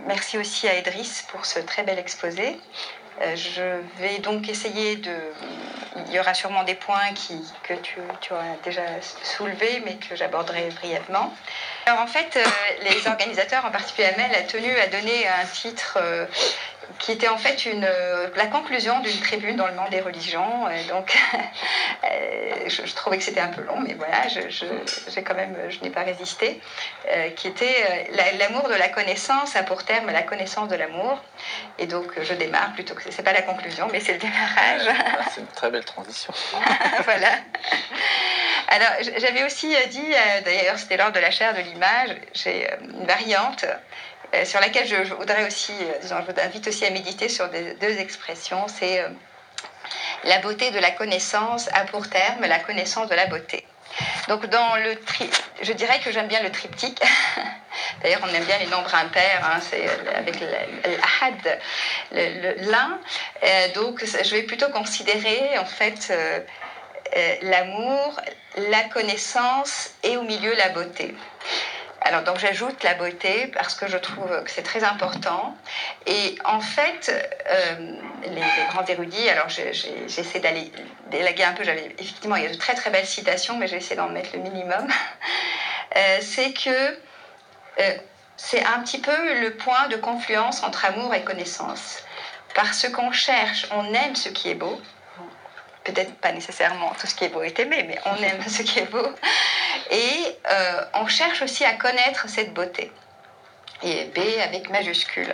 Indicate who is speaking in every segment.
Speaker 1: merci aussi à Idriss pour ce très bel exposé. Je vais donc essayer de... Il y aura sûrement des points que tu as déjà soulevés, mais que j'aborderai brièvement. Alors en fait, les organisateurs, en particulier Amel, a tenu à donner un titre qui était en fait la conclusion d'une tribune dans le monde des religions. Donc, je trouvais que c'était un peu long, mais voilà, je n'ai pas résisté. Qui était l'amour de la connaissance a pour terme la connaissance de l'amour. Et donc, je démarre plutôt que c'est pas la conclusion, mais c'est le démarrage.
Speaker 2: C'est une très belle transition.
Speaker 1: Voilà. Alors, j'avais aussi dit, d'ailleurs, c'était lors de la chaire de l'image, j'ai une variante sur laquelle je voudrais aussi, je vous invite aussi à méditer sur deux expressions. C'est la beauté de la connaissance a pour terme la connaissance de la beauté. Donc, je dirais que j'aime bien le triptyque. D'ailleurs, on aime bien les nombres impairs, hein, c'est avec l'ahad, l'un. Donc, je vais plutôt considérer, en fait, l'amour, la connaissance et au milieu la beauté. Alors, donc j'ajoute la beauté parce que je trouve que c'est très important. Et en fait, les grands érudits, alors j'essaie d'aller d'élaguer un peu, effectivement, il y a de très très belles citations, mais j'ai essayé d'en mettre le minimum. C'est que c'est un petit peu le point de confluence entre amour et connaissance. Parce qu'on cherche, on aime ce qui est beau. Peut-être pas nécessairement tout ce qui est beau est aimé, mais on aime ce qui est beau. Et on cherche aussi à connaître cette beauté. Et B avec majuscule.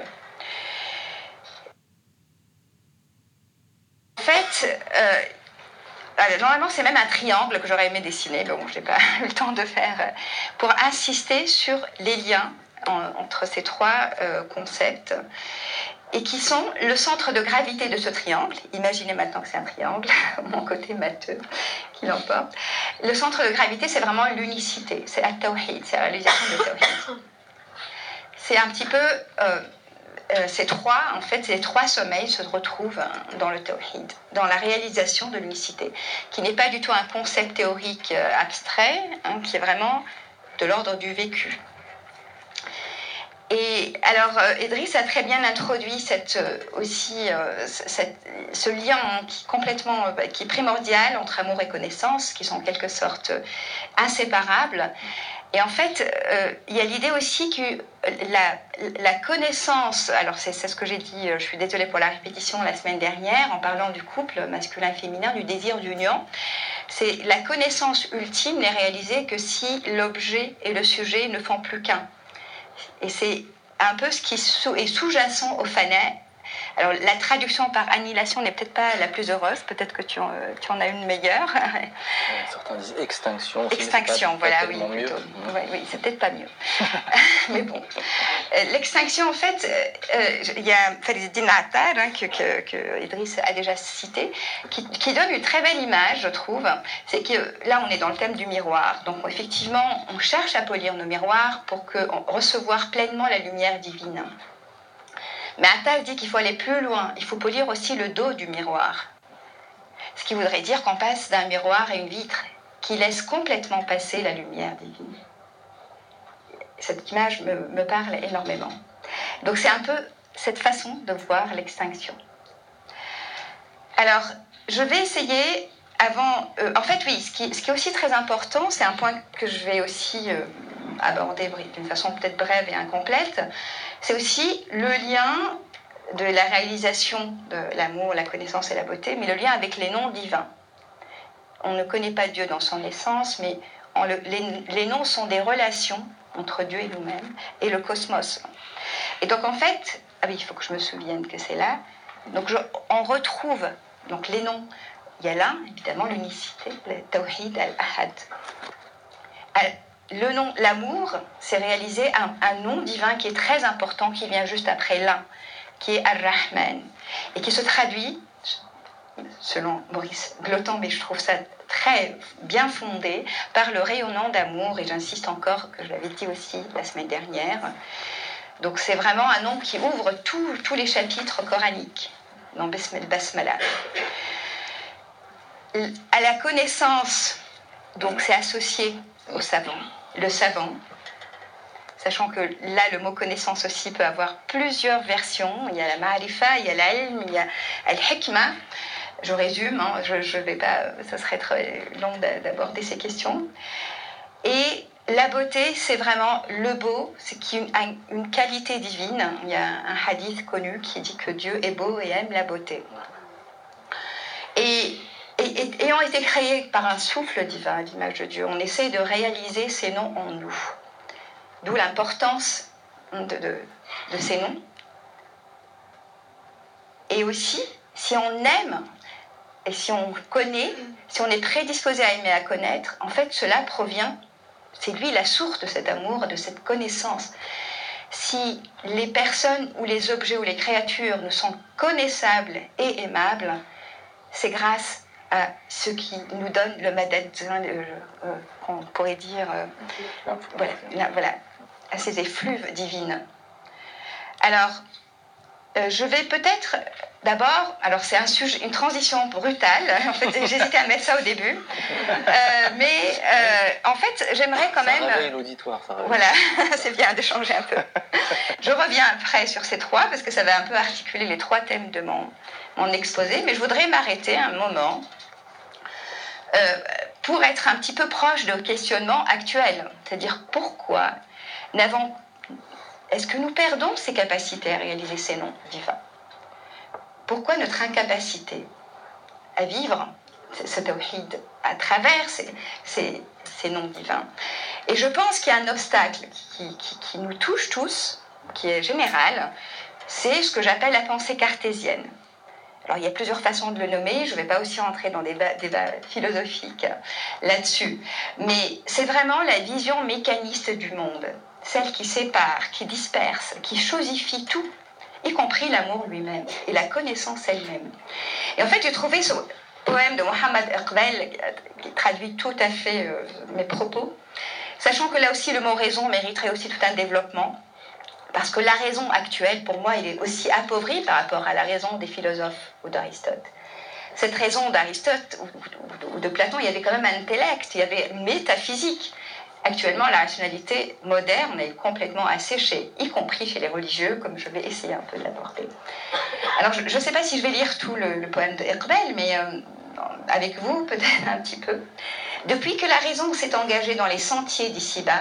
Speaker 1: En fait, normalement, c'est même un triangle que j'aurais aimé dessiner, mais bon, je n'ai pas eu le temps de faire, pour insister sur les liens entre ces trois concepts. Et qui sont le centre de gravité de ce triangle. Imaginez maintenant que c'est un triangle, mon côté matheux qui l'emporte. Le centre de gravité, c'est vraiment l'unicité, c'est la tawhid, c'est la réalisation de tawhid. C'est un petit peu, ces trois sommeils se retrouvent dans le tawhid, dans la réalisation de l'unicité, qui n'est pas du tout un concept théorique abstrait, hein, qui est vraiment de l'ordre du vécu. Et alors, Idriss a très bien introduit ce lien qui est primordial entre amour et connaissance, qui sont en quelque sorte inséparables. Et en fait, il y a l'idée aussi que la connaissance, alors c'est ce que j'ai dit, je suis désolée pour la répétition la semaine dernière, en parlant du couple masculin-féminin, du désir d'union, c'est la connaissance ultime n'est réalisée que si l'objet et le sujet ne font plus qu'un. Et c'est un peu ce qui est sous-jacent au fana. Alors, la traduction par annihilation n'est peut-être pas la plus heureuse. Peut-être que tu en as une meilleure.
Speaker 2: Certains disent extinction.
Speaker 1: Extinction, voilà, oui.
Speaker 2: Mieux.
Speaker 1: Oui, c'est peut-être pas mieux. Mais bon. L'extinction, en fait, il y a Fariduddin Attar, que Idriss a déjà cité, qui donne une très belle image, je trouve. C'est que là, on est dans le thème du miroir. Donc, effectivement, on cherche à polir nos miroirs pour recevoir pleinement la lumière divine. Mais Attal dit qu'il faut aller plus loin, il faut polir aussi le dos du miroir. Ce qui voudrait dire qu'on passe d'un miroir à une vitre qui laisse complètement passer la lumière divine. Cette image me parle énormément. Donc c'est un peu cette façon de voir l'extinction. Alors, je vais essayer avant... en fait, oui, ce qui est aussi très important, c'est un point que je vais aussi aborder d'une façon peut-être brève et incomplète, c'est aussi le lien de la réalisation de l'amour, la connaissance et la beauté, mais le lien avec les noms divins. On ne connaît pas Dieu dans son essence, mais les noms sont des relations entre Dieu et nous-mêmes et le cosmos. Et donc en fait, il faut que je me souvienne que c'est là, donc on retrouve donc les noms. Il y a là, évidemment, l'unicité, le tawhid al-ahad. Le nom, l'amour, c'est réaliser un nom divin qui est très important, qui vient juste après l'un, qui est Ar-Rahman, et qui se traduit, selon Maurice Glotton, mais je trouve ça très bien fondé, par le rayonnant d'amour, et j'insiste encore, que je l'avais dit aussi la semaine dernière. Donc c'est vraiment un nom qui ouvre tous les chapitres coraniques, dans Basmala. À la connaissance, donc c'est associé au savant. Le savant, sachant que là, le mot connaissance aussi peut avoir plusieurs versions. Il y a la ma'rifa, il y a l'ilm, il y a al-hikma. Je résume, hein, je vais pas, ça serait très long d'aborder ces questions. Et la beauté, c'est vraiment le beau, c'est une qualité divine. Il y a un hadith connu qui dit que Dieu est beau et aime la beauté. Et ayant été créés par un souffle divin, à l'image de Dieu, on essaie de réaliser ces noms en nous. D'où l'importance de ces noms. Et aussi, si on aime et si on connaît, si on est prédisposé à aimer, à connaître, en fait, cela provient, c'est lui la source de cet amour, de cette connaissance. Si les personnes ou les objets ou les créatures ne sont connaissables et aimables, c'est grâce à ce qui nous donne le madad, qu'on pourrait dire, voilà, à ces effluves divines. Alors, je vais peut-être d'abord, alors c'est une transition brutale, en fait j'hésitais à mettre ça au début, mais en fait j'aimerais quand même...
Speaker 2: Ça réveille l'auditoire, ça réveille.
Speaker 1: Voilà, c'est bien de changer un peu. Je reviens après sur ces trois, parce que ça va un peu articuler les trois thèmes de mon exposé, mais je voudrais m'arrêter un moment pour être un petit peu proche de questionnements actuels, c'est-à-dire pourquoi est-ce que nous perdons ces capacités à réaliser ces noms divins? Pourquoi notre incapacité à vivre ce tawhid à travers ces noms divins? Et je pense qu'il y a un obstacle qui nous touche tous, qui est général, c'est ce que j'appelle la pensée cartésienne. Alors il y a plusieurs façons de le nommer, je ne vais pas aussi rentrer dans des débats philosophiques là-dessus, mais c'est vraiment la vision mécaniste du monde, celle qui sépare, qui disperse, qui chosifie tout, y compris l'amour lui-même et la connaissance elle-même. Et en fait, j'ai trouvé ce poème de Mohamed Iqbal qui traduit tout à fait mes propos, sachant que là aussi le mot raison mériterait aussi tout un développement, parce que la raison actuelle, pour moi, elle est aussi appauvrie par rapport à la raison des philosophes ou d'Aristote. Cette raison d'Aristote ou de Platon, il y avait quand même un intellect, il y avait une métaphysique. Actuellement, la rationalité moderne est complètement asséchée, y compris chez les religieux, comme je vais essayer un peu de l'aborder. Alors, je ne sais pas si je vais lire tout le poème de Iqbal, mais avec vous, peut-être un petit peu. Depuis que la raison s'est engagée dans les sentiers d'ici-bas,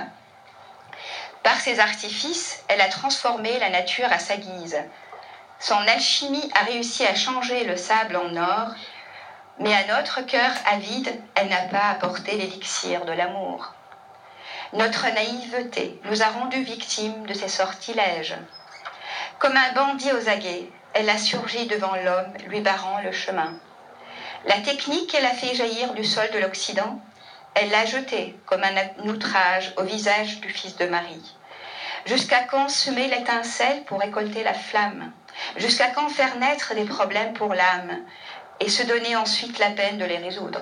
Speaker 1: par ses artifices, elle a transformé la nature à sa guise. Son alchimie a réussi à changer le sable en or, mais à notre cœur avide, elle n'a pas apporté l'élixir de l'amour. Notre naïveté nous a rendus victimes de ses sortilèges. Comme un bandit aux aguets, elle a surgi devant l'homme, lui barrant le chemin. La technique qu'elle a fait jaillir du sol de l'Occident, elle l'a jetée comme un outrage au visage du fils de Marie. Jusqu'à quand semer l'étincelle pour récolter la flamme? Jusqu'à quand faire naître des problèmes pour l'âme et se donner ensuite la peine de les résoudre?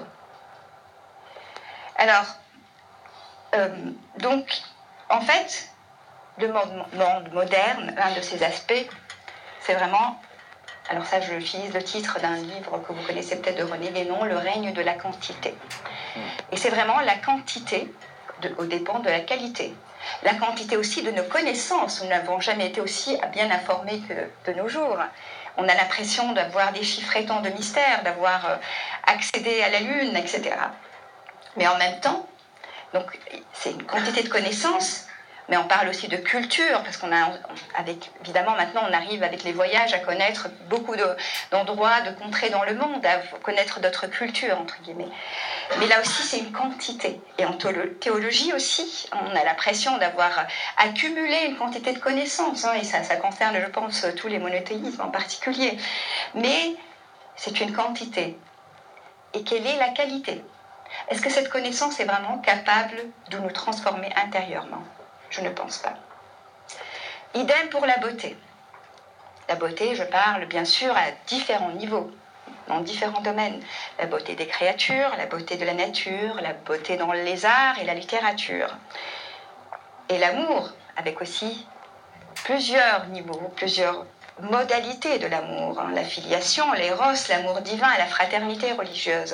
Speaker 1: Alors, donc, en fait, le monde moderne, l'un de ses aspects, c'est vraiment... Alors ça, je utilise le titre d'un livre que vous connaissez peut-être de René Guénon, Le règne de la quantité. Et c'est vraiment la quantité aux dépens de la qualité. La quantité aussi de nos connaissances. Nous n'avons jamais été aussi bien informés que de nos jours. On a l'impression d'avoir déchiffré tant de mystères, d'avoir accédé à la Lune, etc. Mais en même temps, donc, c'est une quantité de connaissances, mais on parle aussi de culture, parce évidemment, maintenant, on arrive avec les voyages à connaître beaucoup d'endroits, de contrées dans le monde, à connaître d'autres cultures, entre guillemets. Mais là aussi, c'est une quantité. Et en théologie aussi, on a l'impression d'avoir accumulé une quantité de connaissances, hein, et ça concerne, je pense, tous les monothéismes en particulier. Mais c'est une quantité. Et quelle est la qualité? Est-ce que cette connaissance est vraiment capable de nous transformer intérieurement? Je ne pense pas. Idem pour la beauté. La beauté, je parle bien sûr à différents niveaux, dans différents domaines. La beauté des créatures, la beauté de la nature, la beauté dans les arts et la littérature. Et l'amour, avec aussi plusieurs niveaux, plusieurs modalités de l'amour. Hein. La filiation, l'éros, l'amour divin et la fraternité religieuse.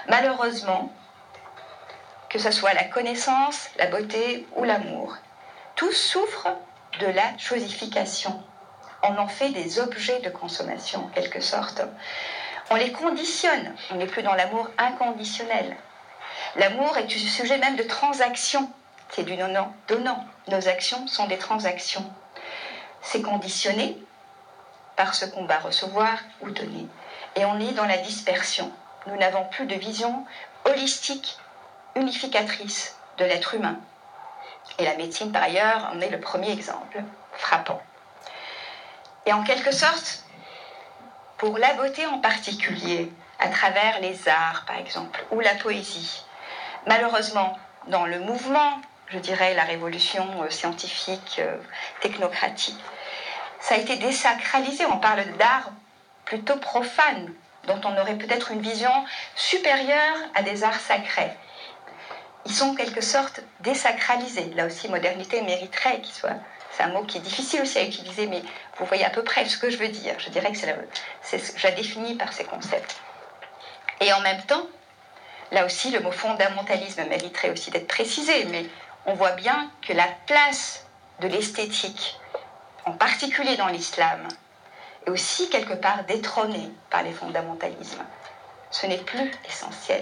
Speaker 1: Malheureusement, que ce soit la connaissance, la beauté ou l'amour, tous souffrent de la chosification. On en fait des objets de consommation, en quelque sorte. On les conditionne. On n'est plus dans l'amour inconditionnel. L'amour est un sujet même de transaction. C'est du donnant. Nos actions sont des transactions. C'est conditionné par ce qu'on va recevoir ou donner. Et on est dans la dispersion. Nous n'avons plus de vision holistique, unificatrice de l'être humain. Et la médecine, par ailleurs, en est le premier exemple frappant. Et en quelque sorte, pour la beauté en particulier, à travers les arts, par exemple, ou la poésie, malheureusement, dans le mouvement, je dirais, la révolution scientifique, technocratique, ça a été désacralisé. On parle d'art plutôt profane, dont on aurait peut-être une vision supérieure à des arts sacrés. Ils sont en quelque sorte désacralisés. Là aussi, modernité mériterait qu'il soit... C'est un mot qui est difficile aussi à utiliser, mais vous voyez à peu près ce que je veux dire. Je dirais que je la définis par ces concepts. Et en même temps, là aussi, le mot fondamentalisme mériterait aussi d'être précisé, mais on voit bien que la place de l'esthétique, en particulier dans l'islam, est aussi quelque part détrônée par les fondamentalismes. Ce n'est plus essentiel.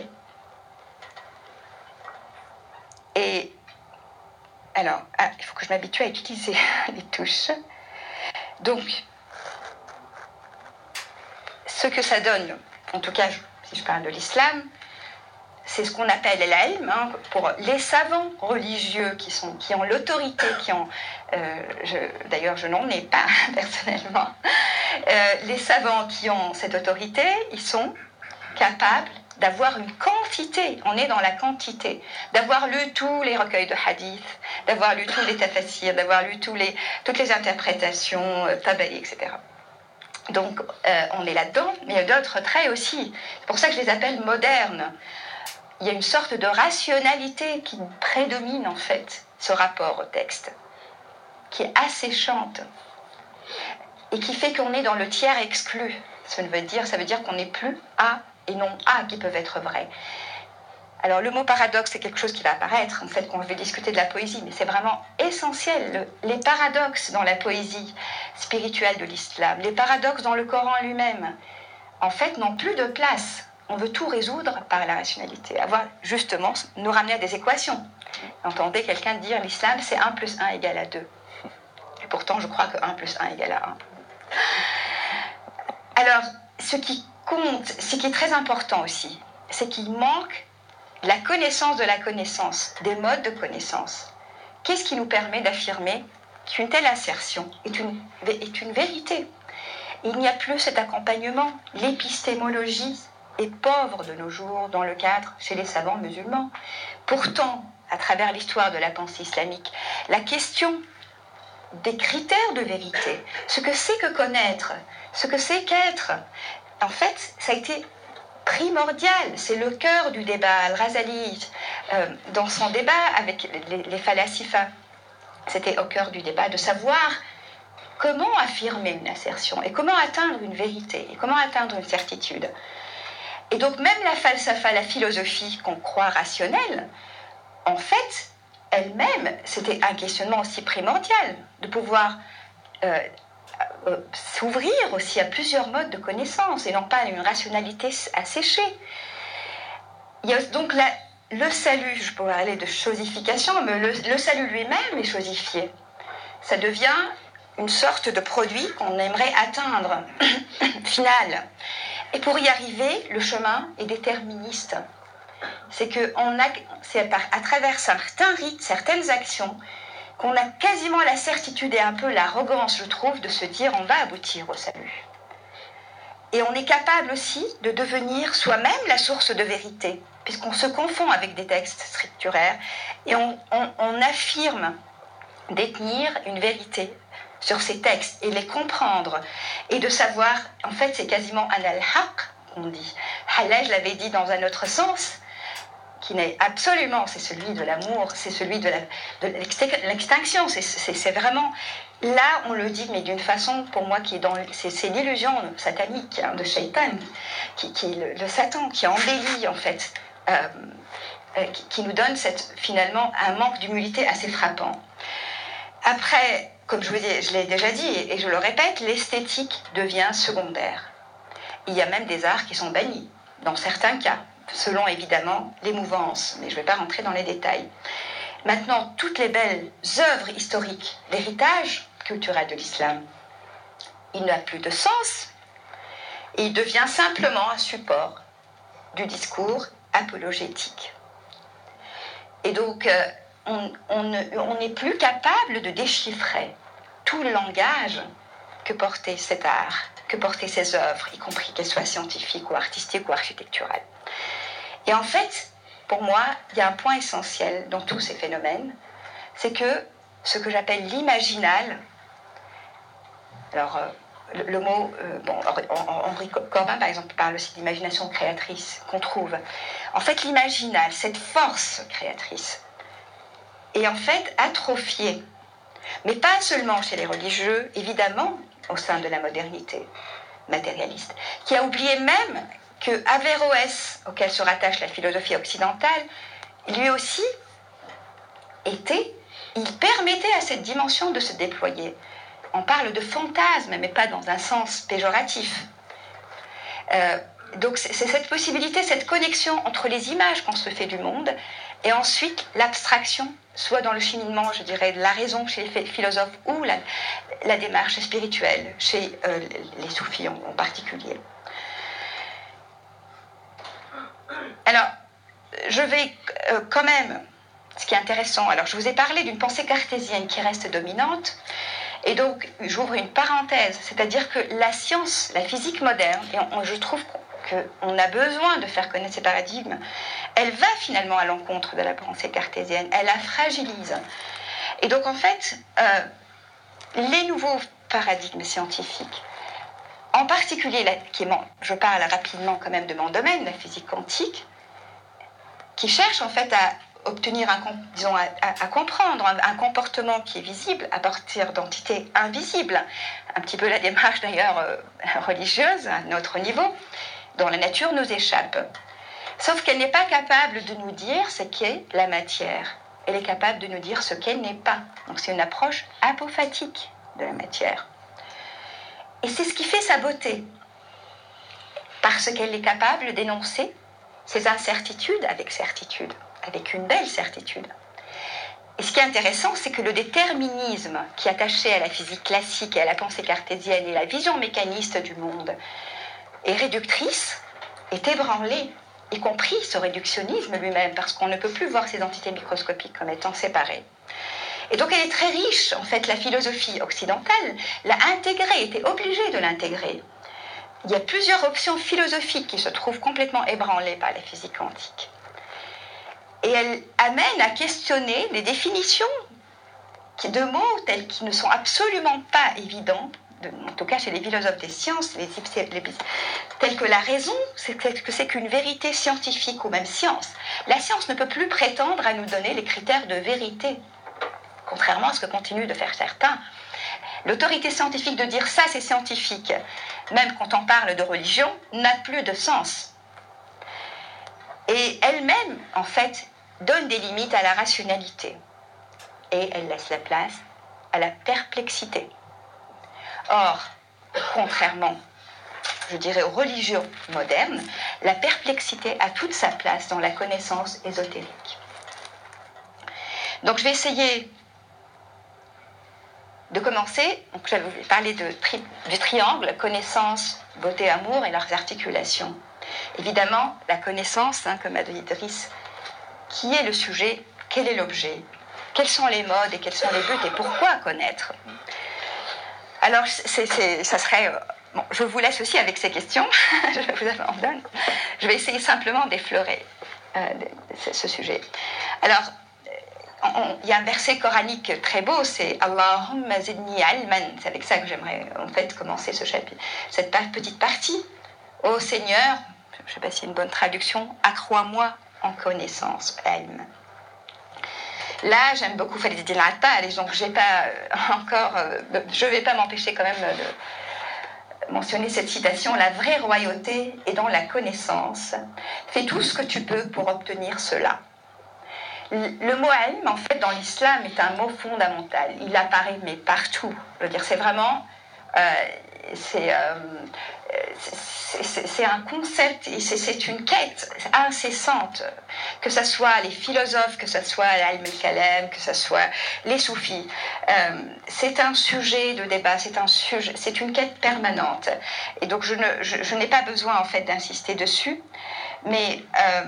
Speaker 1: Et alors, il faut que je m'habitue à utiliser les touches. Donc, ce que ça donne, en tout cas, si je parle de l'islam, c'est ce qu'on appelle l'ilm, pour les savants religieux qui ont l'autorité, d'ailleurs je n'en ai pas personnellement, les savants qui ont cette autorité, ils sont capables d'avoir une quantité, on est dans la quantité, d'avoir lu tous les recueils de hadith, d'avoir lu tous les tafasirs, d'avoir lu toutes les interprétations, Tabari, etc. Donc on est là-dedans, mais il y a d'autres traits aussi. C'est pour ça que je les appelle modernes. Il y a une sorte de rationalité qui prédomine en fait ce rapport au texte, qui est asséchante et qui fait qu'on est dans le tiers exclu. Ça veut dire qu'on n'est plus A et non A qui peuvent être vrais. Alors le mot paradoxe, c'est quelque chose qui va apparaître en fait quand je vais discuter de la poésie, mais c'est vraiment essentiel. Les paradoxes dans la poésie spirituelle de l'islam, les paradoxes dans le Coran lui-même, en fait n'ont plus de place. On veut tout résoudre par la rationalité, justement nous ramener à des équations. Entendez quelqu'un dire l'islam c'est 1 plus 1 égale à 2. Et pourtant je crois que 1 plus 1 égale à 1. Alors ce qui compte, ce qui est très important aussi, c'est qu'il manque la connaissance de la connaissance, des modes de connaissance. Qu'est-ce qui nous permet d'affirmer qu'une telle assertion est une vérité? Il n'y a plus cet accompagnement. L'épistémologie est pauvre de nos jours dans le cadre chez les savants musulmans. Pourtant, à travers l'histoire de la pensée islamique, la question des critères de vérité, ce que c'est que connaître, ce que c'est qu'être, en fait, ça a été primordial. C'est le cœur du débat. Al-Razali, dans son débat avec les falasifas, c'était au cœur du débat de savoir comment affirmer une assertion et comment atteindre une vérité et comment atteindre une certitude. Et donc même la falsafa, la philosophie qu'on croit rationnelle, en fait, elle-même, c'était un questionnement aussi primordial de pouvoir s'ouvrir aussi à plusieurs modes de connaissance et non pas à une rationalité asséchée. Il y a donc le salut, je pourrais aller de chosification, mais le salut lui-même est chosifié. Ça devient une sorte de produit qu'on aimerait atteindre, final. Et pour y arriver, le chemin est déterministe. C'est à travers certains rites, certaines actions, qu'on a quasiment la certitude et un peu l'arrogance, je trouve, de se dire on va aboutir au salut. Et on est capable aussi de devenir soi-même la source de vérité, puisqu'on se confond avec des textes scripturaires et on affirme détenir une vérité sur ces textes et les comprendre et de savoir, en fait c'est quasiment un al-haq qu'on dit. Halal, je l'avais dit dans un autre sens, qui n'est absolument, c'est celui de l'amour, c'est celui de l'extinction, c'est vraiment, là on le dit, mais d'une façon pour moi qui est c'est l'illusion satanique de Shaitan, le Satan qui embellit en fait, qui nous donne finalement un manque d'humilité assez frappant. Après, comme je l'ai déjà dit et je le répète, l'esthétique devient secondaire. Il y a même des arts qui sont bannis, dans certains cas, selon évidemment les mouvances, mais je ne vais pas rentrer dans les détails. Maintenant, toutes les belles œuvres historiques, l'héritage culturel de l'islam, il n'a plus de sens et il devient simplement un support du discours apologétique. Et donc, on n'est plus capable de déchiffrer tout le langage que portait cet art, que portaient ces œuvres, y compris qu'elles soient scientifiques ou artistiques ou architecturales. Et en fait, pour moi, il y a un point essentiel dans tous ces phénomènes, c'est que ce que j'appelle l'imaginal, alors le mot, Henri Corbin par exemple parle aussi d'imagination créatrice qu'on trouve. En fait, l'imaginal, cette force créatrice, est en fait atrophiée. Mais pas seulement chez les religieux, évidemment, au sein de la modernité matérialiste, qui a oublié même que Averroès, auquel se rattache la philosophie occidentale, lui aussi il permettait à cette dimension de se déployer. On parle de fantasme, mais pas dans un sens péjoratif. Donc c'est cette possibilité, cette connexion entre les images qu'on se fait du monde et ensuite l'abstraction, soit dans le cheminement, je dirais, de la raison chez les philosophes ou la démarche spirituelle chez les soufis en particulier. Alors, je vais quand même, ce qui est intéressant, alors je vous ai parlé d'une pensée cartésienne qui reste dominante, et donc j'ouvre une parenthèse, c'est-à-dire que la science, la physique moderne, et je trouve qu'on a besoin de faire connaître ces paradigmes, elle va finalement à l'encontre de la pensée cartésienne, elle la fragilise. Et donc en fait, les nouveaux paradigmes scientifiques, en particulier, je parle rapidement quand même de mon domaine, la physique quantique, qui cherche en fait à obtenir à comprendre un comportement qui est visible à partir d'entités invisibles, un petit peu la démarche d'ailleurs religieuse à notre niveau, dont la nature nous échappe. Sauf qu'elle n'est pas capable de nous dire ce qu'est la matière. Elle est capable de nous dire ce qu'elle n'est pas. Donc c'est une approche apophatique de la matière. Et c'est ce qui fait sa beauté, parce qu'elle est capable d'énoncer ces incertitudes avec certitude, avec une belle certitude. Et ce qui est intéressant, c'est que le déterminisme qui est attaché à la physique classique et à la pensée cartésienne et la vision mécaniste du monde est réductrice, est ébranlé, y compris ce réductionnisme lui-même, parce qu'on ne peut plus voir ces entités microscopiques comme étant séparées. Et donc elle est très riche, en fait, la philosophie occidentale l'a intégrée, était obligée de l'intégrer. Il y a plusieurs options philosophiques qui se trouvent complètement ébranlées par la physique quantique. Et elle amène à questionner les définitions de mots tels qu'ils ne sont absolument pas évidents, en tout cas chez les philosophes des sciences, tels que la raison, que c'est qu'une vérité scientifique ou même science. La science ne peut plus prétendre à nous donner les critères de vérité, contrairement à ce que continuent de faire certains. L'autorité scientifique de dire ça c'est scientifique, même quand on parle de religion, n'a plus de sens. Et elle-même, en fait, donne des limites à la rationalité. Et elle laisse la place à la perplexité. Or, contrairement, je dirais, aux religions modernes, la perplexité a toute sa place dans la connaissance ésotérique. Donc je vais essayer de commencer. Donc je vais parler du triangle, connaissance, beauté, amour et leurs articulations. Évidemment, la connaissance, comme a dit Idriss, qui est le sujet, quel est l'objet, quels sont les modes et quels sont les buts et pourquoi connaître. Alors, ça serait... Bon, je vous laisse aussi avec ces questions, je vous abandonne. Je vais essayer simplement d'effleurer ce sujet. Alors, il y a un verset coranique très beau, c'est Allahumma zidni alman. C'est avec ça que j'aimerais en fait commencer cette petite partie. Ô Seigneur, je ne sais pas s'il y a une bonne traduction, accrois-moi en connaissance, ilm. Là, j'aime beaucoup Khalid al-Attal, et donc je ne vais pas m'empêcher quand même de mentionner cette citation. La vraie royauté est dans la connaissance. Fais tout ce que tu peux pour obtenir cela. Le mot ilm, en fait, dans l'islam, est un mot fondamental. Il apparaît, mais partout. Je veux dire, c'est vraiment... c'est un concept et c'est une quête incessante, que ce soit les philosophes, que ce soit l'Ilm al-Kalam, que ce soit les soufis. C'est un sujet de débat, c'est une quête permanente. Et donc je n'ai pas besoin en fait d'insister dessus, mais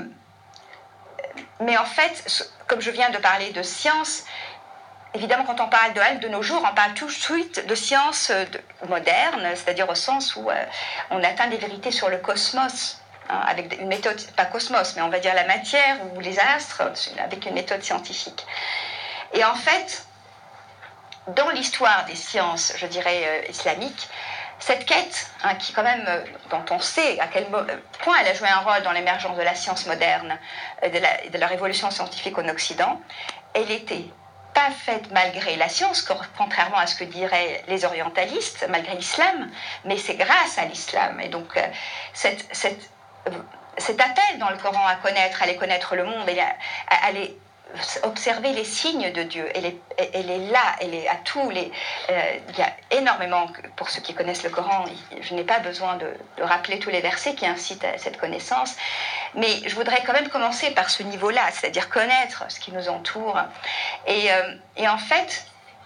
Speaker 1: en fait, comme je viens de parler de science, évidemment, quand on parle de ilm de nos jours, on parle tout de suite de science moderne, c'est-à-dire au sens où on atteint des vérités sur le cosmos, hein, avec une méthode, pas cosmos, mais on va dire la matière ou les astres, avec une méthode scientifique. Et en fait, dans l'histoire des sciences, je dirais, islamiques, cette quête, hein, qui quand même, dont on sait à quel point elle a joué un rôle dans l'émergence de la science moderne, de la révolution scientifique en Occident, elle était pas faite malgré la science, contrairement à ce que diraient les orientalistes, malgré l'islam, mais c'est grâce à l'islam. Et donc, cet appel dans le Coran à aller connaître le monde, à aller observer les signes de Dieu, elle est là, elle est à tous les... il y a énormément, pour ceux qui connaissent le Coran, je n'ai pas besoin de rappeler tous les versets qui incitent à cette connaissance, mais je voudrais quand même commencer par ce niveau-là, c'est-à-dire connaître ce qui nous entoure. Et en fait,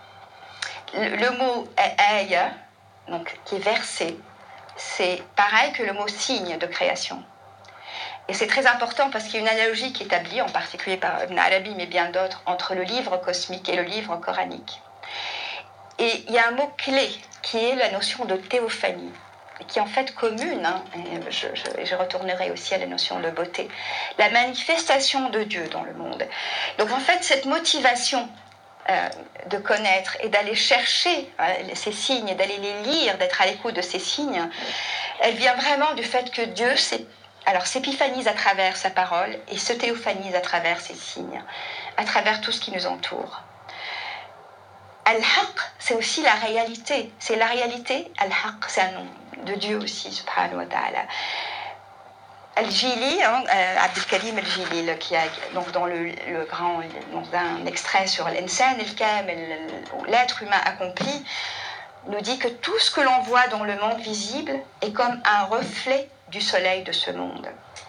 Speaker 1: le mot aya, donc qui est versé, c'est pareil que le mot signe de création. Et c'est très important parce qu'il y a une analogie qui est établie, en particulier par Ibn Arabi, mais bien d'autres, entre le livre cosmique et le livre coranique. Et il y a un mot clé qui est la notion de théophanie, qui est en fait commune, hein, et je retournerai aussi à la notion de beauté, la manifestation de Dieu dans le monde. Donc en fait, cette motivation de connaître et d'aller chercher ces signes, d'aller les lire, d'être à l'écoute de ces signes, elle vient vraiment du fait que Dieu s'épiphanise à travers sa parole et se théophanise à travers ses signes, à travers tout ce qui nous entoure. Al-Haq, c'est aussi la réalité. C'est la réalité. Al-Haq, c'est un nom de Dieu aussi, subhanahu wa ta'ala. Al-Jili, Abdul Karim Al-Jili, qui a donc dans dans un extrait sur l'insan, l'être humain accompli, nous dit que tout ce que l'on voit dans le monde visible est comme un reflet du soleil de ce monde.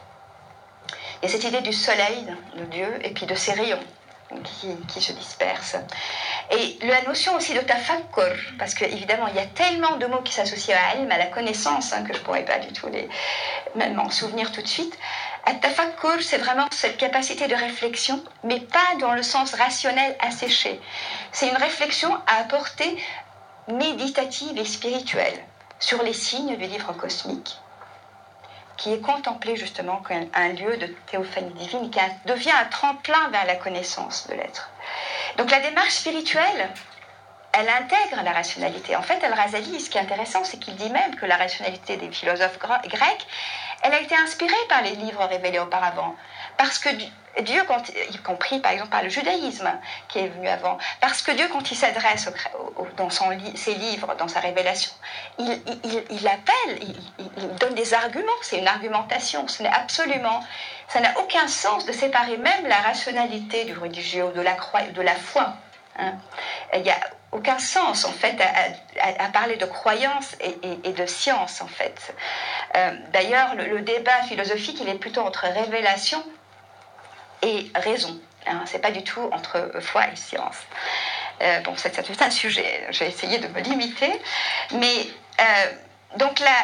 Speaker 1: Et cette idée du soleil de Dieu et puis de ses rayons qui se dispersent. Et la notion aussi de tafakkur, parce qu'évidemment il y a tellement de mots qui s'associent à ilm, à la connaissance, hein, que je ne pourrais pas du tout même m'en souvenir tout de suite. Tafakkur, c'est vraiment cette capacité de réflexion, mais pas dans le sens rationnel asséché. C'est une réflexion à portée méditative et spirituelle sur les signes du livre cosmique, qui est contemplé justement comme un lieu de théophanie divine, qui devient un tremplin vers la connaissance de l'être. Donc la démarche spirituelle, elle intègre la rationalité. En fait, Al-Ghazali, ce qui est intéressant, c'est qu'il dit même que la rationalité des philosophes grecs, elle a été inspirée par les livres révélés auparavant. Parce que Dieu, y compris par exemple par le judaïsme qui est venu avant, parce que Dieu, quand il s'adresse dans ses livres, dans sa révélation, il appelle, il donne des arguments, c'est une argumentation, ça n'a aucun sens de séparer même la rationalité du religieux ou de la foi. Hein. Il n'y a aucun sens en fait à parler de croyance et de science en fait. D'ailleurs, le débat philosophique, il est plutôt entre révélation et raison. Hein. C'est pas du tout entre foi et science. Bon, c'est tout un sujet. J'ai essayé de me limiter, mais donc là,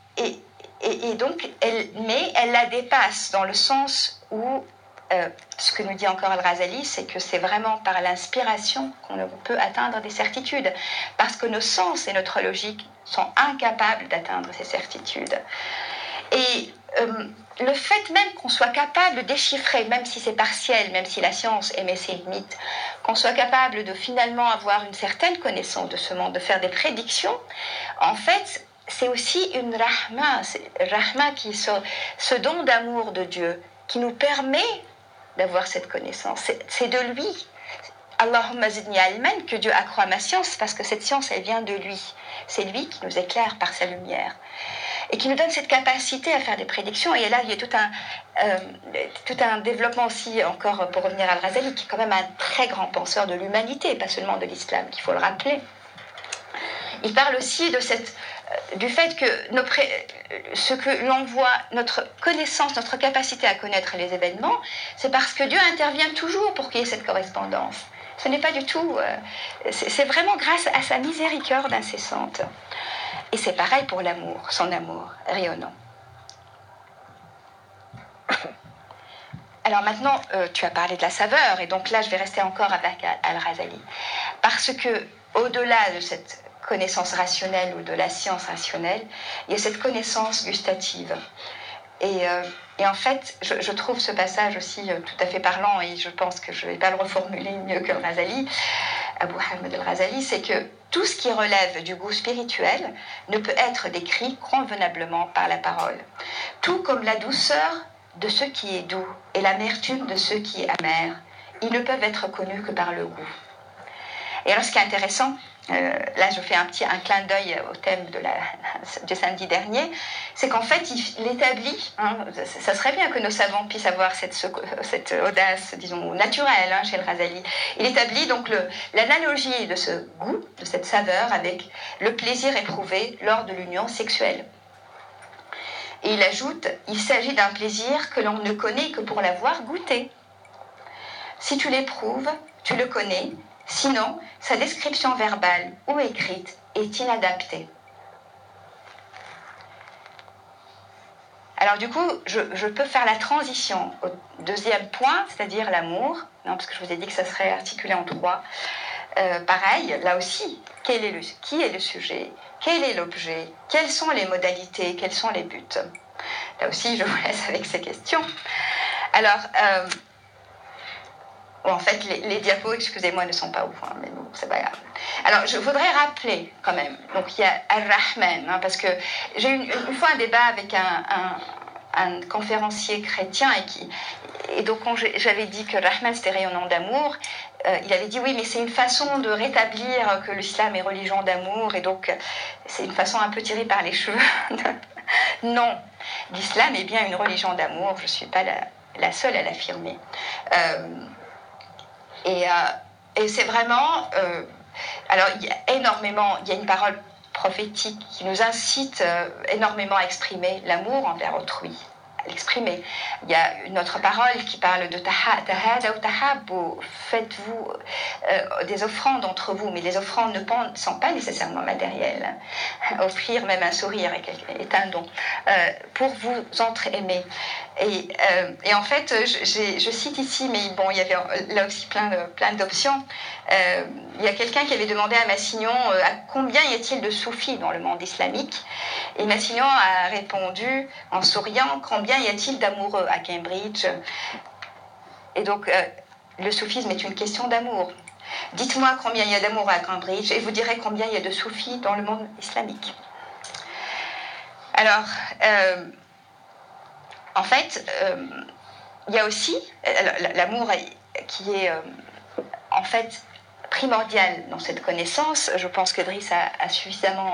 Speaker 1: et donc, elle la dépasse dans le sens où ce que nous dit encore Al-Ghazali, c'est que c'est vraiment par l'inspiration qu'on peut atteindre des certitudes, parce que nos sens et notre logique sont incapables d'atteindre ces certitudes. Et le fait même qu'on soit capable de déchiffrer, même si c'est partiel, même si la science émet ses limites, qu'on soit capable de finalement avoir une certaine connaissance de ce monde, de faire des prédictions, en fait, c'est aussi une rahma qui est ce don d'amour de Dieu qui nous permet d'avoir cette connaissance. C'est de lui. Allahumma zidni ilman, que Dieu accroît ma science, parce que cette science, elle vient de lui. C'est lui qui nous éclaire par sa lumière. et qui nous donne cette capacité à faire des prédictions. Et là, il y a tout un développement aussi, encore pour revenir à Al-Ghazali, qui est quand même un très grand penseur de l'humanité, pas seulement de l'islam, qu'il faut le rappeler. Il parle aussi du fait que ce que l'on voit, notre connaissance, notre capacité à connaître les événements, c'est parce que Dieu intervient toujours pour qu'il y ait cette correspondance. Ce n'est pas du tout... c'est vraiment grâce à sa miséricorde incessante. Et c'est pareil pour l'amour, son amour rayonnant. Alors maintenant, tu as parlé de la saveur, et donc là, je vais rester encore avec Al-Ghazali. Parce que, au-delà de cette connaissance rationnelle ou de la science rationnelle, il y a cette connaissance gustative. Et en fait, je trouve ce passage aussi tout à fait parlant, et je pense que je ne vais pas le reformuler mieux que Al-Ghazali, Abu Hamid al-Ghazali, c'est que tout ce qui relève du goût spirituel ne peut être décrit convenablement par la parole. Tout comme la douceur de ce qui est doux et l'amertume de ce qui est amer, ils ne peuvent être connus que par le goût. Et alors ce qui est intéressant, là je fais un clin d'œil au thème du samedi dernier, c'est qu'en fait il établit, ça serait bien que nos savants puissent avoir cette audace, disons, naturelle chez le Ghazali. Il établit donc l'analogie de ce goût, de cette saveur, avec le plaisir éprouvé lors de l'union sexuelle. Et il ajoute, il s'agit d'un plaisir que l'on ne connaît que pour l'avoir goûté. Si tu l'éprouves, tu le connais. Sinon, sa description verbale ou écrite est inadaptée. Alors du coup, je peux faire la transition au deuxième point, c'est-à-dire l'amour, parce que je vous ai dit que ça serait articulé en trois. Pareil, là aussi, qui est le sujet? Quel est l'objet? Quelles sont les modalités? Quels sont les buts? Là aussi, je vous laisse avec ces questions. Alors... en fait, les diapos, excusez-moi, ne sont pas ouf, mais bon, c'est pas grave. Alors, je voudrais rappeler quand même, donc il y a Ar-Rahman, parce que j'ai eu une fois un débat avec un conférencier chrétien, et donc quand j'avais dit que Rahman c'était rayonnant d'amour, il avait dit oui, mais c'est une façon de rétablir que l'islam est religion d'amour, et donc c'est une façon un peu tirée par les cheveux. Non, l'islam est bien une religion d'amour, je ne suis pas la seule à l'affirmer. Et c'est vraiment... alors, il y a une parole prophétique qui nous incite énormément à exprimer l'amour envers autrui, à l'exprimer. Il y a une autre parole qui parle de tahada ou tahabbu, faites-vous des offrandes entre vous, mais les offrandes ne sont pas nécessairement matérielles. Offrir même un sourire est un don, pour vous entre-aimer. Et en fait, je cite ici, mais bon, il y avait là aussi plein d'options. Il y a quelqu'un qui avait demandé à Massignon à combien y a-t-il de soufis dans le monde islamique, et Massignon a répondu en souriant, combien y a-t-il d'amoureux à Cambridge? Et donc le soufisme est une question d'amour. Dites-moi combien il y a d'amoureux à Cambridge et vous direz combien il y a de soufis dans le monde islamique. Alors en fait, il y a aussi l'amour qui est en fait primordial dans cette connaissance. Je pense que Driss a suffisamment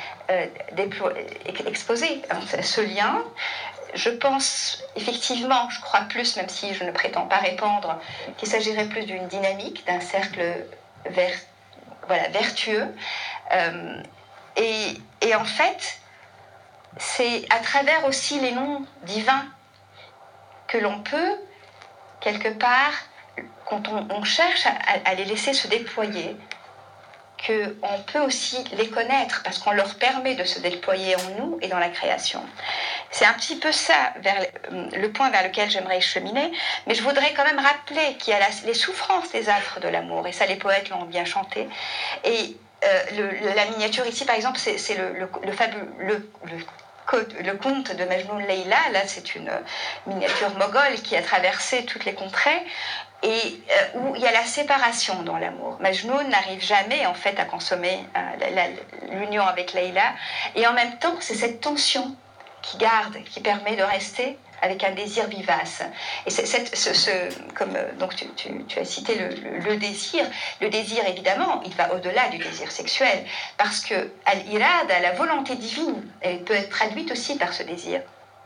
Speaker 1: exposé ce lien. Je pense effectivement, je crois plus, même si je ne prétends pas répondre, qu'il s'agirait plus d'une dynamique, d'un cercle vertueux. Et en fait, c'est à travers aussi les noms divins que l'on peut, quelque part, quand on cherche à les laisser se déployer, qu'on peut aussi les connaître parce qu'on leur permet de se déployer en nous et dans la création. C'est un petit peu ça le point vers lequel j'aimerais cheminer, mais je voudrais quand même rappeler qu'il y a les souffrances des affres de l'amour, et ça les poètes l'ont bien chanté. Et la miniature ici, par exemple, c'est le conte de Majnoun Leila. Là, c'est une miniature moghole qui a traversé toutes les contrées, et où il y a la séparation dans l'amour. Majnoun n'arrive jamais en fait à consommer l'union avec Leila, et en même temps c'est cette tension qui permet de rester avec un désir vivace. Et donc tu as cité le désir. Le désir, évidemment, il va au-delà du désir sexuel, parce que al-irada, la volonté divine, elle peut être traduite aussi par ce désir.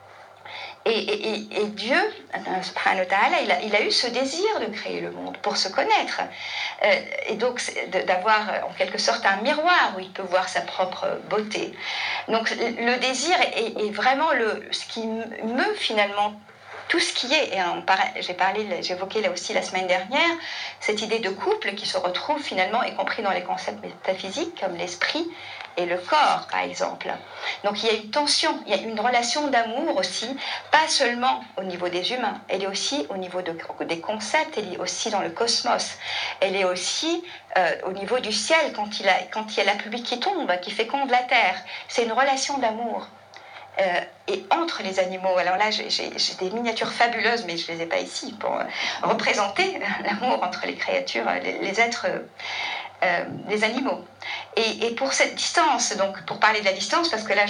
Speaker 1: Et Dieu, subhanahu wa ta'ala, il a eu ce désir de créer le monde pour se connaître. Et donc d'avoir en quelque sorte un miroir où il peut voir sa propre beauté. Donc le désir est vraiment ce qui meut finalement tout ce qui est, et j'évoquais là aussi la semaine dernière, cette idée de couple qui se retrouve finalement, y compris dans les concepts métaphysiques comme l'esprit et le corps, par exemple. Donc il y a une tension, il y a une relation d'amour aussi, pas seulement au niveau des humains, elle est aussi au niveau des concepts, elle est aussi dans le cosmos, elle est aussi au niveau du ciel, quand il y a la pluie qui tombe, qui féconde la terre. C'est une relation d'amour. Et entre les animaux, alors là j'ai des miniatures fabuleuses, mais je ne les ai pas ici pour représenter l'amour entre les créatures, les êtres, les animaux. Et pour cette distance, donc pour parler de la distance, parce que là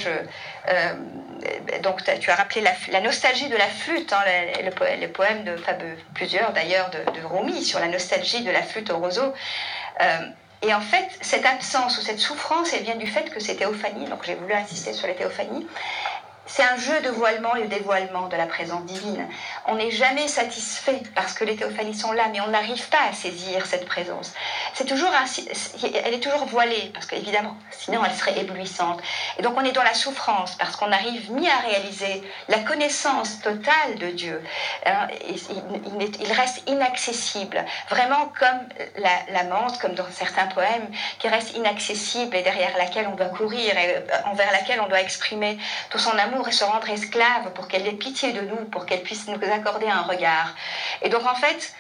Speaker 1: donc tu as rappelé la nostalgie de la flûte, hein, le poème de plusieurs d'ailleurs de Rumi sur la nostalgie de la flûte au roseau. Et en fait, cette absence ou cette souffrance, elle vient du fait que c'est théophanie, donc j'ai voulu insister sur la théophanie. C'est un jeu de voilement et de dévoilement de la présence divine. On n'est jamais satisfait parce que les théophanies sont là, mais on n'arrive pas à saisir cette présence. Elle est toujours voilée, parce qu'évidemment, sinon elle serait éblouissante. Et donc on est dans la souffrance, parce qu'on n'arrive ni à réaliser la connaissance totale de Dieu. Il reste inaccessible, vraiment comme la menthe, comme dans certains poèmes, qui reste inaccessible et derrière laquelle on doit courir, et envers laquelle on doit exprimer tout son amour et se rendre esclave pour qu'elle ait pitié de nous, pour qu'elle puisse nous accorder un regard. Et donc en fait,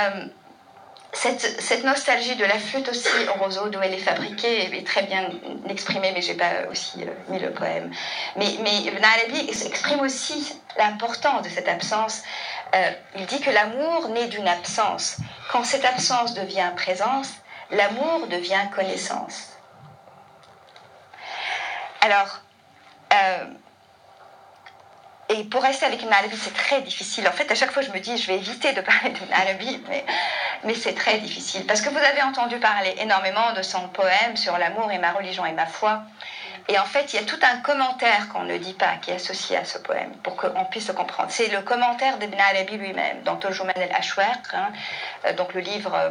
Speaker 1: cette nostalgie de la flûte aussi au roseau d'où elle est fabriquée est très bien exprimée, mais je n'ai pas aussi mis le poème. Mais Ibn Arabi exprime aussi l'importance de cette absence. Il dit que l'amour naît d'une absence. Quand cette absence devient présence, l'amour devient connaissance. Alors, et pour rester avec Ibn Arabi, c'est très difficile. En fait, à chaque fois, je me dis, je vais éviter de parler d'Ibn Arabi, mais c'est très difficile. Parce que vous avez entendu parler énormément de son poème sur l'amour et ma religion et ma foi. Et en fait, il y a tout un commentaire qu'on ne dit pas, qui est associé à ce poème, pour qu'on puisse le comprendre. C'est le commentaire d'Ibn Arabi lui-même, dans Turjuman al-Ashwaq, donc le livre...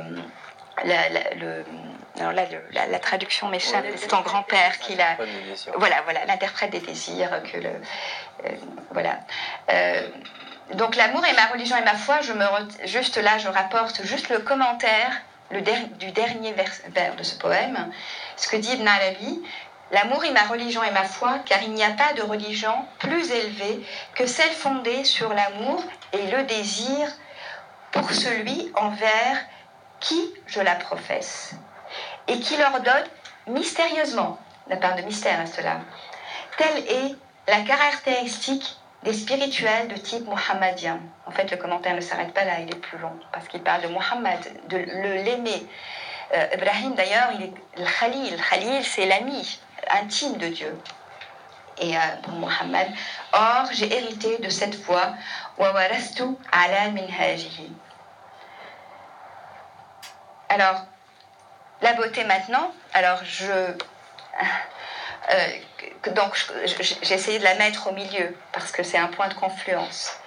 Speaker 1: la traduction m'échappe, c'est ton grand-père qui l'a. Voilà, l'interprète des désirs. Voilà. Donc, l'amour et ma religion et ma foi, juste là, je rapporte juste le commentaire du dernier vers de ce poème. Ce que dit Ibn Arabi: l'amour est ma religion et ma foi, car il n'y a pas de religion plus élevée que celle fondée sur l'amour et le désir pour celui envers qui je la professe, et qui leur donne mystérieusement, la part de mystère à cela. Telle est la caractéristique des spirituels de type mohammadien. En fait, le commentaire ne s'arrête pas là, il est plus long, parce qu'il parle de Mohammed, de l'aimer. Ibrahim, d'ailleurs, il est le Khalil. Le Khalil, c'est l'ami intime de Dieu. Et pour Mohammed, or, j'ai hérité de cette voie, wa warastu ala minhajihi. Alors, la beauté maintenant, alors donc j'ai essayé de la mettre au milieu parce que c'est un point de confluence.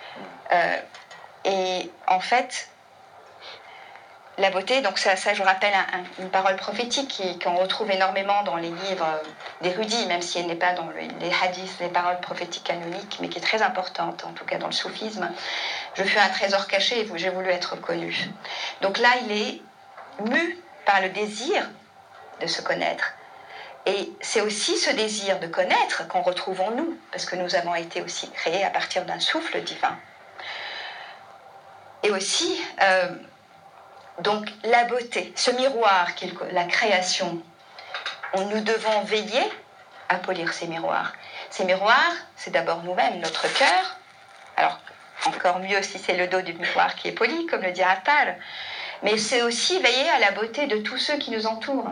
Speaker 1: Et en fait, la beauté, donc ça je vous rappelle une parole prophétique qu'on retrouve énormément dans les livres d'érudits, même si elle n'est pas dans les hadiths, les paroles prophétiques canoniques, mais qui est très importante, en tout cas dans le soufisme. Je fus un trésor caché et j'ai voulu être connu. Donc là, il est mu par le désir de se connaître. Et c'est aussi ce désir de connaître qu'on retrouve en nous, parce que nous avons été aussi créés à partir d'un souffle divin. Et aussi, donc la beauté, ce miroir qu'est la création, nous devons veiller à polir ces miroirs. Ces miroirs, c'est d'abord nous-mêmes, notre cœur. Alors, encore mieux si c'est le dos du miroir qui est poli, comme le dit Attal. Mais c'est aussi veiller à la beauté de tous ceux qui nous entourent.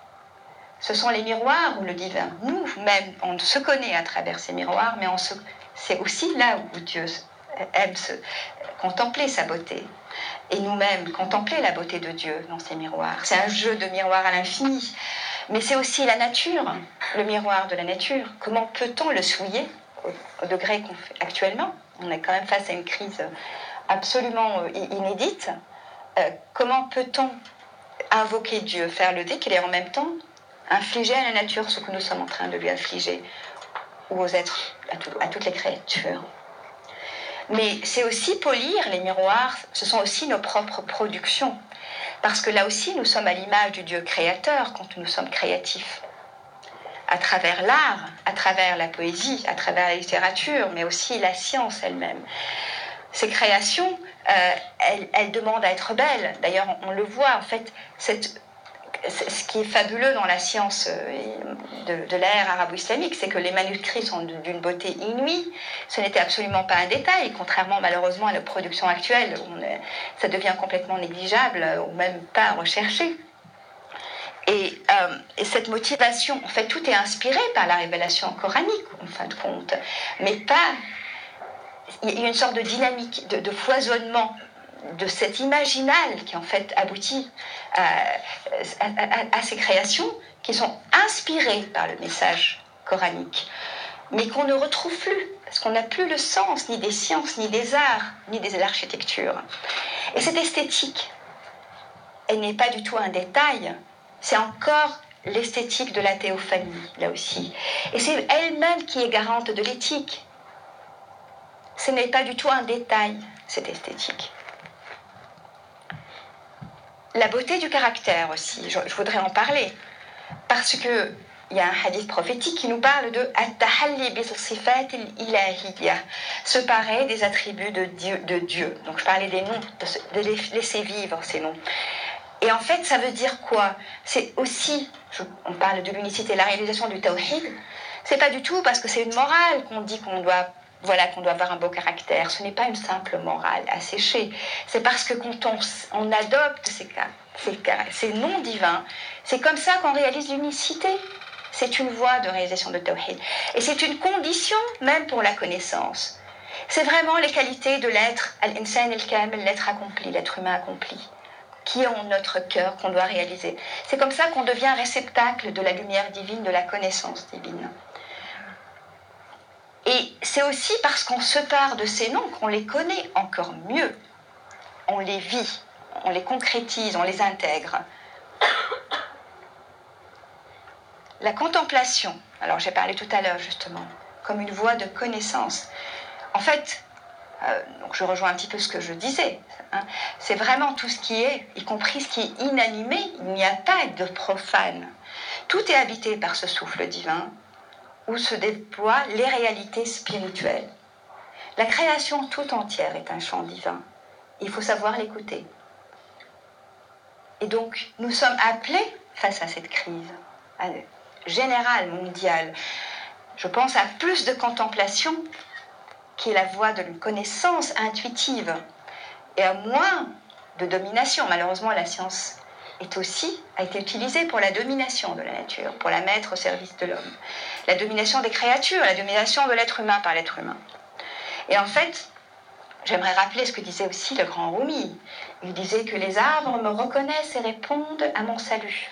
Speaker 1: Ce sont les miroirs où le divin, nous-mêmes, on se connaît à travers ces miroirs, mais c'est aussi là où Dieu aime contempler sa beauté. Et nous-mêmes, contempler la beauté de Dieu dans ces miroirs. C'est un jeu de miroirs à l'infini. Mais c'est aussi la nature, le miroir de la nature. Comment peut-on le souiller au degré qu'on fait actuellement? On est quand même face à une crise absolument inédite. Comment peut-on invoquer Dieu, faire le dhikr et en même temps infliger à la nature ce que nous sommes en train de lui infliger, ou aux êtres, à toutes les créatures? Mais c'est aussi polir les miroirs, ce sont aussi nos propres productions. Parce que là aussi, nous sommes à l'image du Dieu créateur quand nous sommes créatifs. À travers l'art, à travers la poésie, à travers la littérature, mais aussi la science elle-même. Ces créations, elles demandent à être belles. D'ailleurs, on le voit, en fait, ce qui est fabuleux dans la science de l'ère arabo-islamique, c'est que les manuscrits sont d'une beauté inouïe. Ce n'était absolument pas un détail, contrairement malheureusement à nos productions actuelles, où ça devient complètement négligeable ou même pas recherché. Et cette motivation, en fait, tout est inspiré par la révélation coranique, en fin de compte, mais pas... Il y a une sorte de dynamique, de foisonnement de cet imaginal qui en fait aboutit à ces créations qui sont inspirées par le message coranique, mais qu'on ne retrouve plus, parce qu'on n'a plus le sens ni des sciences, ni des arts, ni de l'architecture. Et cette esthétique, elle n'est pas du tout un détail, c'est encore l'esthétique de la théophanie, là aussi. Et c'est elle-même qui est garante de l'éthique. Ce n'est pas du tout un détail, cette esthétique. La beauté du caractère aussi, je voudrais en parler, parce qu'il y a un hadith prophétique qui nous parle de at-tahalli bis-sifat al-ilahiyya, se parer des attributs de Dieu. Donc je parlais des noms, de les laisser vivre ces noms. Et en fait, ça veut dire quoi? C'est aussi, on parle de l'unicité, la réalisation du tawhid, c'est pas du tout parce que c'est une morale qu'on dit qu'on doit avoir un beau caractère. Ce n'est pas une simple morale asséchée. C'est parce que quand on adopte ces noms divins, c'est comme ça qu'on réalise l'unicité. C'est une voie de réalisation de tawhid. Et c'est une condition même pour la connaissance. C'est vraiment les qualités de l'être, al-insan al-kamil, l'être accompli, l'être humain accompli, qui est en notre cœur, qu'on doit réaliser. C'est comme ça qu'on devient réceptacle de la lumière divine, de la connaissance divine. Et c'est aussi parce qu'on se part de ces noms qu'on les connaît encore mieux. On les vit, on les concrétise, on les intègre. La contemplation, alors j'ai parlé tout à l'heure justement, comme une voie de connaissance. En fait, donc je rejoins un petit peu ce que je disais, c'est vraiment tout ce qui est, y compris ce qui est inanimé, il n'y a pas de profane. Tout est habité par ce souffle divin, où se déploient les réalités spirituelles. La création tout entière est un chant divin. Il faut savoir l'écouter. Et donc, nous sommes appelés, face à cette crise générale, mondiale, je pense à plus de contemplation, qui est la voie de une connaissance intuitive, et à moins de domination. Malheureusement, la science a été utilisée pour la domination de la nature, pour la mettre au service de l'homme. La domination des créatures, la domination de l'être humain par l'être humain. Et en fait, j'aimerais rappeler ce que disait aussi le grand Rumi. Il disait que les arbres me reconnaissent et répondent à mon salut.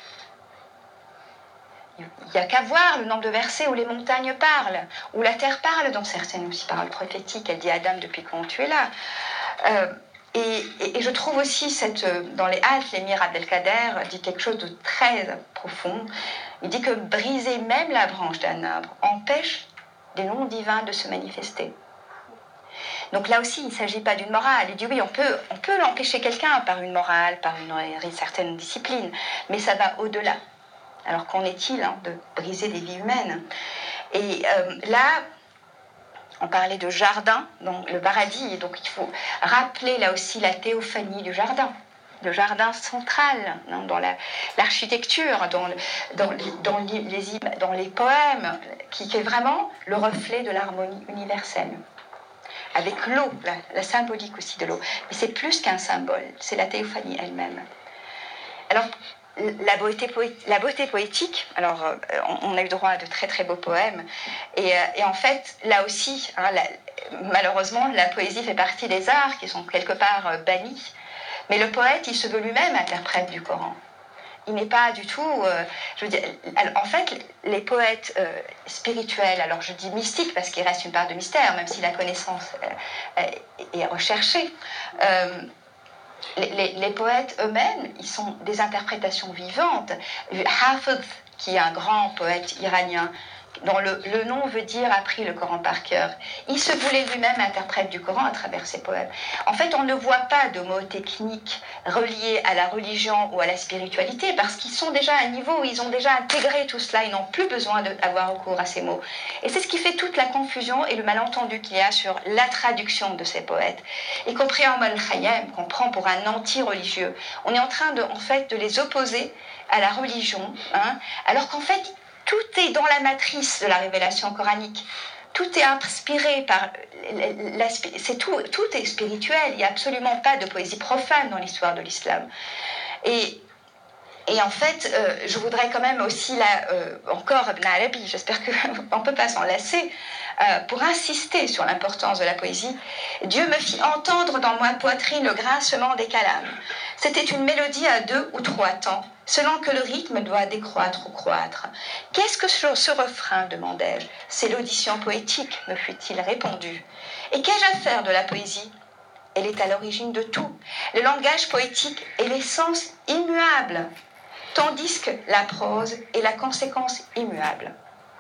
Speaker 1: Il n'y a qu'à voir le nombre de versets où les montagnes parlent, où la terre parle dans certaines aussi paroles prophétiques. Elle dit à Adam, depuis quand tu es là. Et je trouve aussi, dans les Haltes, l'émir Abdelkader dit quelque chose de très profond. Il dit que briser même la branche d'un arbre empêche des noms divins de se manifester. Donc là aussi, il ne s'agit pas d'une morale. Il dit oui, on peut l'empêcher quelqu'un par une morale, par une certaine discipline, mais ça va au-delà. Alors qu'en est-il de briser des vies humaines? Et là, on parlait de jardin, donc le paradis, et donc il faut rappeler là aussi la théophanie du jardin, le jardin central dans l'architecture, dans les poèmes, qui est vraiment le reflet de l'harmonie universelle. Avec l'eau, la symbolique aussi de l'eau. Mais c'est plus qu'un symbole, c'est la théophanie elle-même. Alors, la beauté poétique, alors on a eu droit à de très très beaux poèmes, et en fait, là aussi, hein, malheureusement, la poésie fait partie des arts qui sont quelque part bannis, mais le poète, il se veut lui-même interprète du Coran. Il n'est pas du tout... je veux dire, en fait, les poètes spirituels, alors je dis mystiques parce qu'il reste une part de mystère, même si la connaissance est recherchée, les poètes eux-mêmes, ils sont des interprétations vivantes. Hafez, qui est un grand poète iranien, dont le nom veut dire appris le Coran par cœur, il se voulait lui-même interprète du Coran à travers ses poèmes. En fait, on ne voit pas de mots techniques reliés à la religion ou à la spiritualité, parce qu'ils sont déjà à un niveau où ils ont déjà intégré tout cela, ils n'ont plus besoin d'avoir recours à ces mots. Et c'est ce qui fait toute la confusion et le malentendu qu'il y a sur la traduction de ces poètes, y compris en Al-Khayyam, qu'on prend pour un anti-religieux. On est en train de les opposer à la religion, hein, alors qu'en fait, tout est dans la matrice de la révélation coranique. Tout est inspiré par... tout est spirituel. Il n'y a absolument pas de poésie profane dans l'histoire de l'islam. Et en fait, je voudrais quand même aussi, là, encore Ibn Arabi, j'espère qu'on ne peut pas s'en lasser, pour insister sur l'importance de la poésie. Dieu me fit entendre dans ma poitrine le grincement des calames. C'était une mélodie à 2 ou 3 temps, selon que le rythme doit décroître ou croître. Qu'est-ce que ce refrain, demandai-je. C'est l'audition poétique, me fut-il répondu. Et qu'ai-je à faire de la poésie? Elle est à l'origine de tout. Le langage poétique est l'essence immuable, tandis que la prose est la conséquence immuable.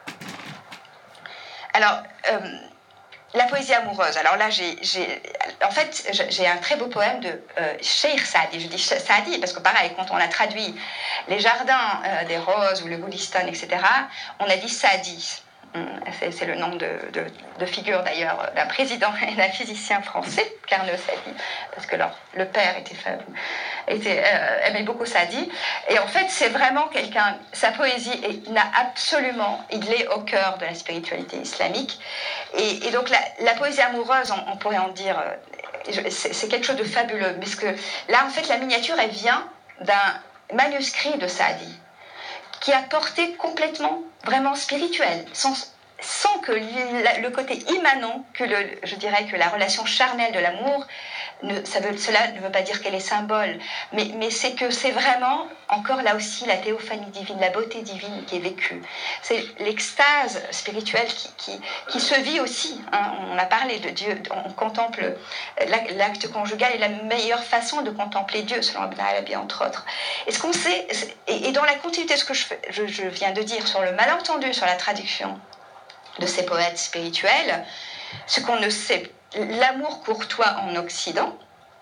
Speaker 1: Alors, la poésie amoureuse. Alors là, j'ai un très beau poème de Cheikh Saadi. Je dis Saadi parce que pareil, quand on a traduit les jardins des roses ou le Goulistan, etc., on a dit Saadi. C'est le nom de figure d'ailleurs d'un président et d'un physicien français, Carnot Sadi, parce que le père aimait beaucoup Sadi. Et en fait, c'est vraiment quelqu'un, sa poésie il est au cœur de la spiritualité islamique. Et donc la poésie amoureuse, on pourrait en dire, c'est quelque chose de fabuleux, parce que là, en fait, la miniature, elle vient d'un manuscrit de Sadi, qui a porté complètement, vraiment spirituel, sans que le côté immanent, je dirais que la relation charnelle de l'amour, cela ne veut pas dire qu'elle est symbole, mais c'est que c'est vraiment, encore là aussi, la théophanie divine, la beauté divine qui est vécue. C'est l'extase spirituelle qui se vit aussi. Hein. On a parlé de Dieu, on contemple l'acte conjugal est la meilleure façon de contempler Dieu, selon Ibn Arabi, entre autres. Et ce qu'on sait, et dans la continuité de ce que je viens de dire sur le malentendu, sur la traduction de ces poètes spirituels, ce qu'on ne sait, l'amour courtois en Occident,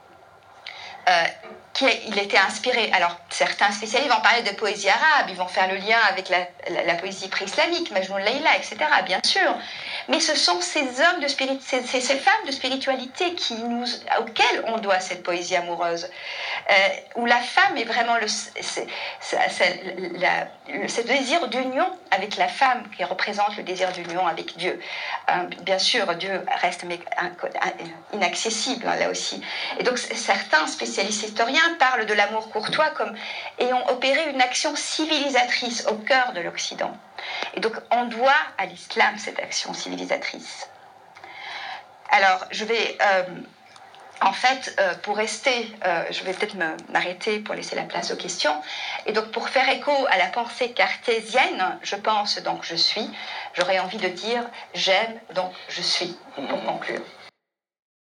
Speaker 1: il était inspiré, alors certains spécialistes vont parler de poésie arabe, ils vont faire le lien avec la poésie pré-islamique, Majnun Layla, etc., bien sûr, mais ce sont ces hommes ces femmes de spiritualité auxquelles on doit cette poésie amoureuse, où la femme est vraiment ce désir d'union avec la femme qui représente le désir d'union avec Dieu. Bien sûr, Dieu reste inaccessible, hein, là aussi. Et donc certains spécialistes historiens parlent de l'amour courtois comme ayant opéré une action civilisatrice au cœur de l'Occident. Et donc on doit à l'islam cette action civilisatrice. Alors je vais pour rester, je vais peut-être m'arrêter pour laisser la place aux questions. Et donc, pour faire écho à la pensée cartésienne, je pense donc je suis, j'aurais envie de dire j'aime donc je suis, pour conclure.